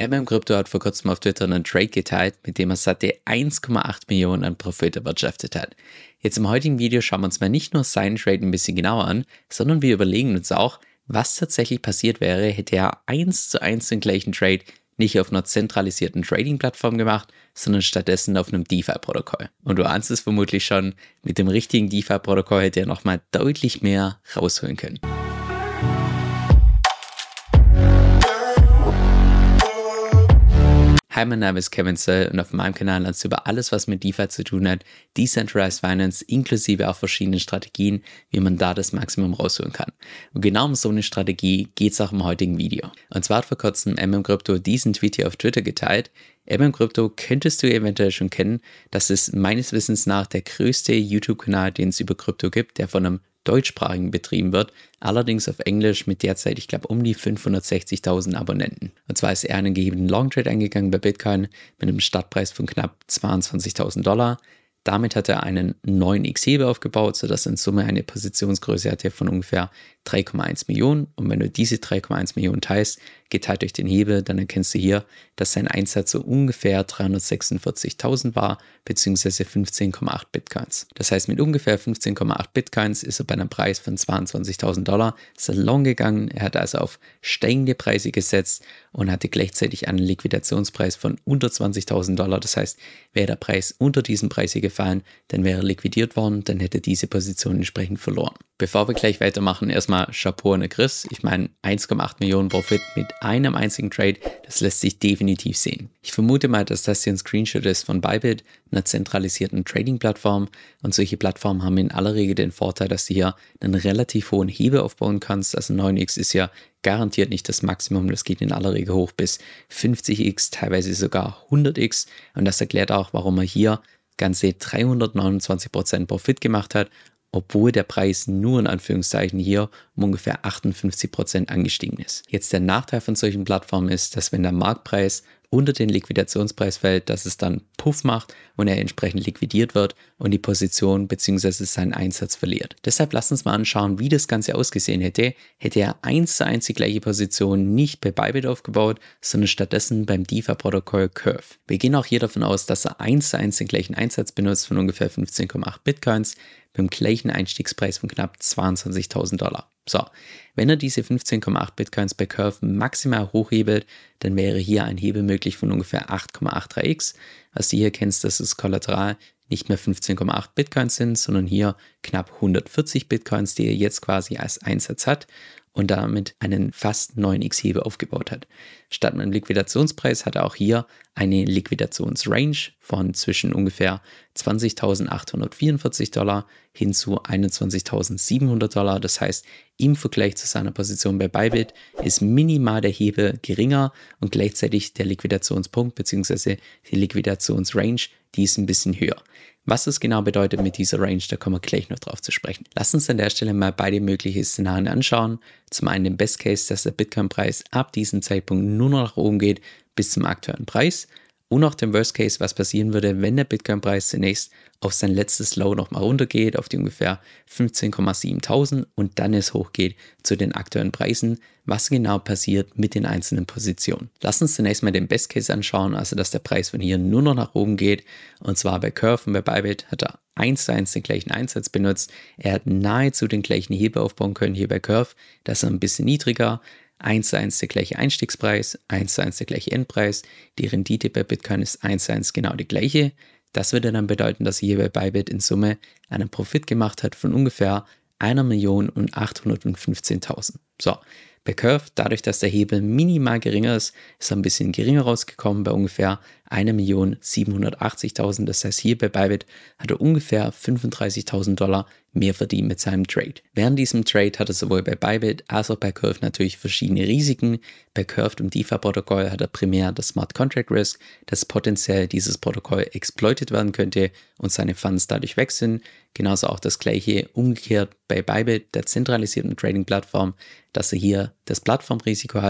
Crypto hat vor kurzem auf Twitter einen Trade geteilt, mit dem er satte 1,8 Millionen an Profit erwirtschaftet hat. Jetzt im heutigen Video schauen wir uns mal nicht nur seinen Trade ein bisschen genauer an, sondern wir überlegen uns auch, was tatsächlich passiert wäre, hätte er 1:1 den gleichen Trade nicht auf einer zentralisierten Trading-Plattform gemacht, sondern stattdessen auf einem DeFi-Protokoll. Und du ahnst es vermutlich schon, mit dem richtigen DeFi-Protokoll hätte er nochmal deutlich mehr rausholen können. Hi, mein Name ist Kevin Zell und auf meinem Kanal lernst du über alles, was mit DeFi zu tun hat, Decentralized Finance, inklusive auch verschiedenen Strategien, wie man da das Maximum rausholen kann. Und genau um so eine Strategie geht es auch im heutigen Video. Und zwar hat vor kurzem Crypto diesen Tweet hier auf Twitter geteilt. Crypto könntest du eventuell schon kennen. Das ist meines Wissens nach der größte YouTube-Kanal, den es über Krypto gibt, der von einem deutschsprachigen betrieben wird, allerdings auf Englisch mit derzeit, ich glaube, um die 560.000 Abonnenten. Und zwar ist er einen gehebelten Long-Trade eingegangen bei Bitcoin mit einem Startpreis von knapp $22.000. Damit hat er einen 9x-Hebel aufgebaut, sodass in Summe eine Positionsgröße hat von ungefähr 3,1 Millionen. Und wenn du diese 3,1 Millionen teilst, geteilt durch den Hebel, dann erkennst du hier, dass sein Einsatz so ungefähr 346.000 war, beziehungsweise 15,8 Bitcoins. Das heißt, mit ungefähr 15,8 Bitcoins ist er bei einem Preis von $22.000 ist er long gegangen. Er hat also auf steigende Preise gesetzt und hatte gleichzeitig einen Liquidationspreis von unter $20.000. Das heißt, wäre der Preis unter diesem Preis hier gefallen, dann wäre er liquidiert worden, dann hätte diese Position entsprechend verloren. Bevor wir gleich weitermachen, erstmal Chapeau an Chris. Ich meine, 1,8 Millionen Profit mit einem einzigen Trade, das lässt sich definitiv sehen. Ich vermute mal, dass das hier ein Screenshot ist von Bybit, einer zentralisierten Trading-Plattform. Und solche Plattformen haben in aller Regel den Vorteil, dass du hier einen relativ hohen Hebel aufbauen kannst. Also 9x ist ja garantiert nicht das Maximum, das geht in aller Regel hoch bis 50x, teilweise sogar 100x. Und das erklärt auch, warum er hier ganze 329% Profit gemacht hat, obwohl der Preis nur in Anführungszeichen hier um ungefähr 58% angestiegen ist. Jetzt der Nachteil von solchen Plattformen ist, dass wenn der Marktpreis unter den Liquidationspreis fällt, dass es dann Puff macht und er entsprechend liquidiert wird und die Position bzw. seinen Einsatz verliert. Deshalb lasst uns mal anschauen, wie das Ganze ausgesehen hätte. Hätte er 1:1 die gleiche Position nicht bei Bybit aufgebaut, sondern stattdessen beim DeFi-Protokoll Curve. Wir gehen auch hier davon aus, dass er 1:1 den gleichen Einsatz benutzt von ungefähr 15,8 Bitcoins beim gleichen Einstiegspreis von knapp $22.000. So, wenn er diese 15,8 Bitcoins bei Curve maximal hochhebelt, dann wäre hier ein Hebel möglich von ungefähr 8,83x. Was du hier kennst, dass das Kollateral nicht mehr 15,8 Bitcoins sind, sondern hier knapp 140 Bitcoins, die er jetzt quasi als Einsatz hat und damit einen fast 9x Hebel aufgebaut hat. Statt einem Liquidationspreis hat er auch hier eine Liquidationsrange von zwischen ungefähr $20.844 hin zu $21.700. Das heißt, im Vergleich zu seiner Position bei Bybit ist minimal der Hebel geringer und gleichzeitig der Liquidationspunkt bzw. die Liquidationsrange, die ist ein bisschen höher. Was das genau bedeutet mit dieser Range, da kommen wir gleich noch drauf zu sprechen. Lass uns an der Stelle mal beide mögliche Szenarien anschauen. Zum einen den Best Case, dass der Bitcoin-Preis ab diesem Zeitpunkt nur noch nach oben geht bis zum aktuellen Preis. Und auch den Worst Case, was passieren würde, wenn der Bitcoin-Preis zunächst auf sein letztes Low nochmal runtergeht, auf die ungefähr 15,7 und dann es hochgeht zu den aktuellen Preisen, was genau passiert mit den einzelnen Positionen. Lass uns zunächst mal den Best Case anschauen, also dass der Preis von hier nur noch nach oben geht, und zwar bei Curve und bei Bybit hat er 1:1 den gleichen Einsatz benutzt. Er hat nahezu den gleichen Hebel aufbauen können hier bei Curve, das ist ein bisschen niedriger. 1:1 der gleiche Einstiegspreis, 1:1 der gleiche Endpreis. Die Rendite bei Bitcoin ist 1:1 genau die gleiche. Das würde dann bedeuten, dass er hier bei Bybit in Summe einen Profit gemacht hat von ungefähr 1.815.000. So, bei Curve, dadurch, dass der Hebel minimal geringer ist, ist er ein bisschen geringer rausgekommen bei ungefähr 1.780.000. Das heißt, hier bei Bybit hat er ungefähr $35.000 mehr verdient mit seinem Trade. Während diesem Trade hat er sowohl bei Bybit als auch bei Curve natürlich verschiedene Risiken. Bei Curve im DeFi-Protokoll hat er primär das Smart Contract Risk, dass potenziell dieses Protokoll exploited werden könnte und seine Funds dadurch weg sind. Genauso auch das gleiche umgekehrt bei Bybit, der zentralisierten Trading-Plattform, dass er hier das Plattformrisiko hat.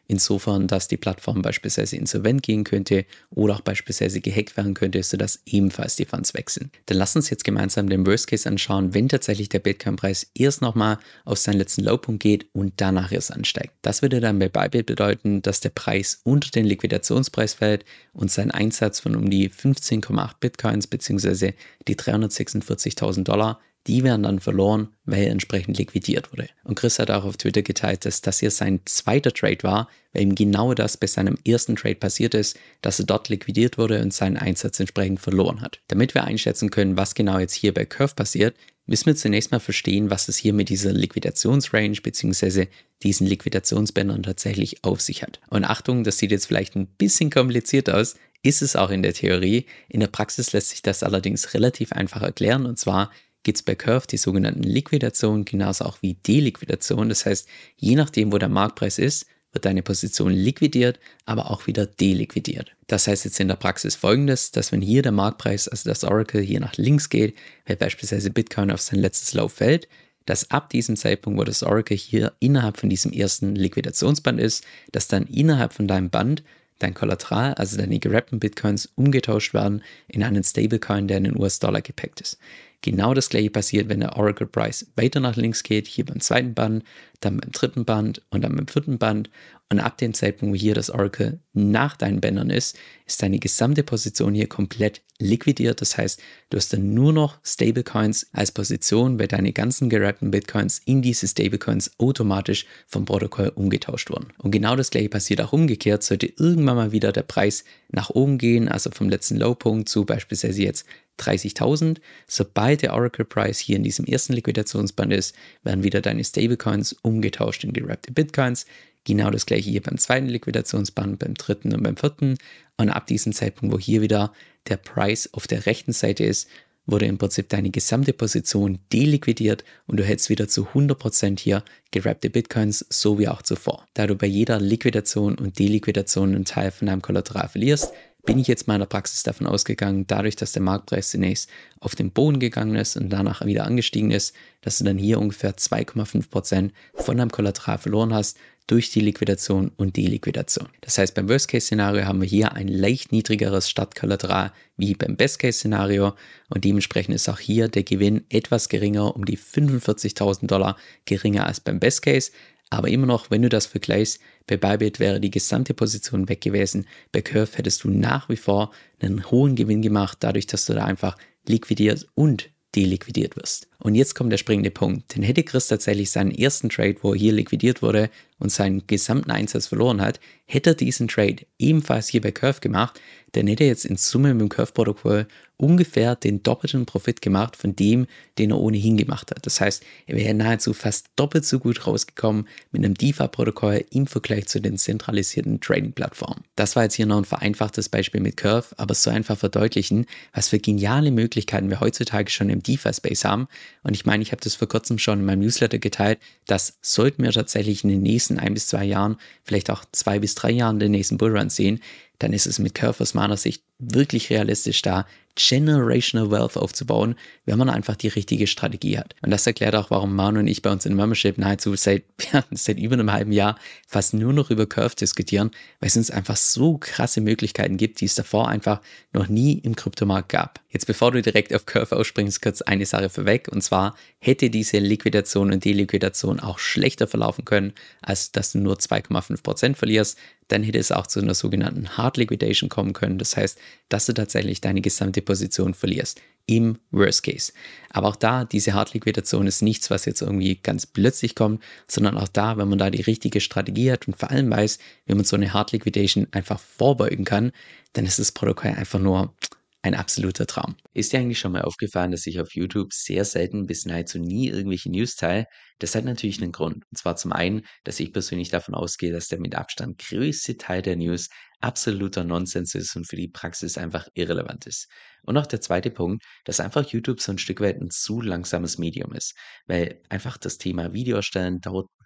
insofern, dass die Plattform beispielsweise insolvent gehen könnte oder auch beispielsweise gehackt werden könnte, sodass ebenfalls die Funds wechseln. Dann lass uns jetzt gemeinsam den Worst Case anschauen, wenn tatsächlich der Bitcoin-Preis erst nochmal auf seinen letzten Low-Punkt geht und danach erst ansteigt. Das würde dann bei Bybit bedeuten, dass der Preis unter den Liquidationspreis fällt und sein Einsatz von um die 15,8 Bitcoins bzw. die 346.000 $, die werden dann verloren, weil er entsprechend liquidiert wurde. Und Chris hat auch auf Twitter geteilt, dass das hier sein zweiter Trade war, weil ihm genau das bei seinem ersten Trade passiert ist, dass er dort liquidiert wurde und seinen Einsatz entsprechend verloren hat. Damit wir einschätzen können, was genau jetzt hier bei Curve passiert, müssen wir zunächst mal verstehen, was es hier mit dieser Liquidationsrange bzw. diesen Liquidationsbändern tatsächlich auf sich hat. Und Achtung, das sieht jetzt vielleicht ein bisschen kompliziert aus, ist es auch in der Theorie. In der Praxis lässt sich das allerdings relativ einfach erklären, und zwar gibt es bei Curve die sogenannten Liquidationen genauso auch wie Deliquidation. Das heißt, je nachdem, wo der Marktpreis ist, wird deine Position liquidiert, aber auch wieder deliquidiert. Das heißt jetzt in der Praxis folgendes, dass wenn hier der Marktpreis, also das Oracle, hier nach links geht, weil beispielsweise Bitcoin auf sein letztes Low fällt, dass ab diesem Zeitpunkt, wo das Oracle hier innerhalb von diesem ersten Liquidationsband ist, dass dann innerhalb von deinem Band dein Kollateral, also deine gerappten Bitcoins, umgetauscht werden in einen Stablecoin, der in den US-Dollar gepackt ist. Genau das gleiche passiert, wenn der Oracle Price weiter nach links geht, hier beim zweiten Band, dann beim dritten Band und dann beim vierten Band. Und ab dem Zeitpunkt, wo hier das Oracle nach deinen Bändern ist deine gesamte Position hier komplett liquidiert. Das heißt, du hast dann nur noch Stablecoins als Position, weil deine ganzen gerappten Bitcoins in diese Stablecoins automatisch vom Protokoll umgetauscht wurden. Und genau das gleiche passiert auch umgekehrt. Sollte irgendwann mal wieder der Preis nach oben gehen, also vom letzten Lowpunkt zu beispielsweise jetzt 30.000. Sobald der Oracle Price hier in diesem ersten Liquidationsband ist, werden wieder deine Stablecoins umgetauscht in gerappte Bitcoins. Genau das gleiche hier beim zweiten Liquidationsband, beim dritten und beim vierten. Und ab diesem Zeitpunkt, wo hier wieder der Price auf der rechten Seite ist, wurde im Prinzip deine gesamte Position deliquidiert und du hältst wieder zu 100% hier gerappte Bitcoins, so wie auch zuvor. Da du bei jeder Liquidation und Deliquidation einen Teil von deinem Kollateral verlierst, bin ich jetzt mal in der Praxis davon ausgegangen, dadurch, dass der Marktpreis zunächst auf den Boden gegangen ist und danach wieder angestiegen ist, dass du dann hier ungefähr 2,5% von deinem Kollateral verloren hast durch die Liquidation und Deliquidation. Das heißt, beim Worst-Case-Szenario haben wir hier ein leicht niedrigeres Startkollateral wie beim Best-Case-Szenario und dementsprechend ist auch hier der Gewinn etwas geringer, um die 45.000 $ geringer als beim Best-Case. Aber immer noch, wenn du das vergleichst, bei Bybit wäre die gesamte Position weg gewesen. Bei Curve hättest du nach wie vor einen hohen Gewinn gemacht, dadurch, dass du da einfach liquidiert und deliquidiert wirst. Und jetzt kommt der springende Punkt. Denn hätte Chris tatsächlich seinen ersten Trade, wo er hier liquidiert wurde und seinen gesamten Einsatz verloren hat, hätte er diesen Trade ebenfalls hier bei Curve gemacht, dann hätte er jetzt in Summe mit dem Curve-Protokoll ungefähr den doppelten Profit gemacht von dem, den er ohnehin gemacht hat. Das heißt, er wäre nahezu fast doppelt so gut rausgekommen mit einem DeFi-Protokoll im Vergleich zu den zentralisierten Trading-Plattformen. Das war jetzt hier noch ein vereinfachtes Beispiel mit Curve, aber so einfach verdeutlichen, was für geniale Möglichkeiten wir heutzutage schon im DeFi-Space haben. Und ich meine, ich habe das vor kurzem schon in meinem Newsletter geteilt, dass sollten wir tatsächlich in den nächsten 1 bis 2 Jahren, vielleicht auch 2 bis 3 Jahren den nächsten Bullrun sehen, dann ist es mit Curve aus meiner Sicht wirklich realistisch, da Generational Wealth aufzubauen, wenn man einfach die richtige Strategie hat. Und das erklärt auch, warum Manu und ich bei uns in Membership nahezu seit über einem halben Jahr fast nur noch über Curve diskutieren, weil es uns einfach so krasse Möglichkeiten gibt, die es davor einfach noch nie im Kryptomarkt gab. Jetzt bevor du direkt auf Curve ausspringst, kurz eine Sache vorweg, und zwar hätte diese Liquidation und Deliquidation auch schlechter verlaufen können, als dass du nur 2,5% verlierst. Dann hätte es auch zu einer sogenannten Hard Liquidation kommen können. Das heißt, dass du tatsächlich deine gesamte Position verlierst. Im Worst Case. Aber auch da, diese Hard Liquidation ist nichts, was jetzt irgendwie ganz plötzlich kommt, sondern auch da, wenn man da die richtige Strategie hat und vor allem weiß, wie man so eine Hard Liquidation einfach vorbeugen kann, dann ist das Protokoll einfach nur ein absoluter Traum. Ist dir eigentlich schon mal aufgefallen, dass ich auf YouTube sehr selten bis nahezu nie irgendwelche News teile? Das hat natürlich einen Grund. Und zwar zum einen, dass ich persönlich davon ausgehe, dass der mit Abstand größte Teil der News absoluter Nonsens ist und für die Praxis einfach irrelevant ist. Und auch der zweite Punkt, dass einfach YouTube so ein Stück weit ein zu langsames Medium ist, weil einfach das Thema Video erstellen dauert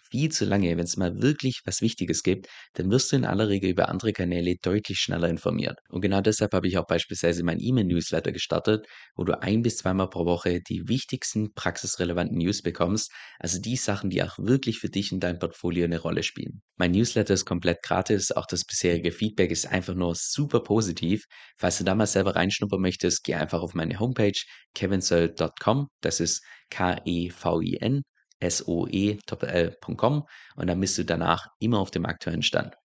viel zu lange, wenn es mal wirklich was Wichtiges gibt, dann wirst du in aller Regel über andere Kanäle deutlich schneller informiert. Und genau deshalb habe ich auch beispielsweise mein E-Mail-Newsletter gestartet, wo du ein bis zweimal pro Woche die wichtigsten praxisrelevanten News bekommst, also die Sachen, die auch wirklich für dich in deinem Portfolio eine Rolle spielen. Mein Newsletter ist komplett gratis, auch das bisherige Feedback ist einfach nur super positiv. Falls du da mal selber reinschnuppern möchtest, geh einfach auf meine Homepage kevinsoe.com, das ist KEVIN SOE.com und dann bist du danach immer auf dem aktuellen Stand.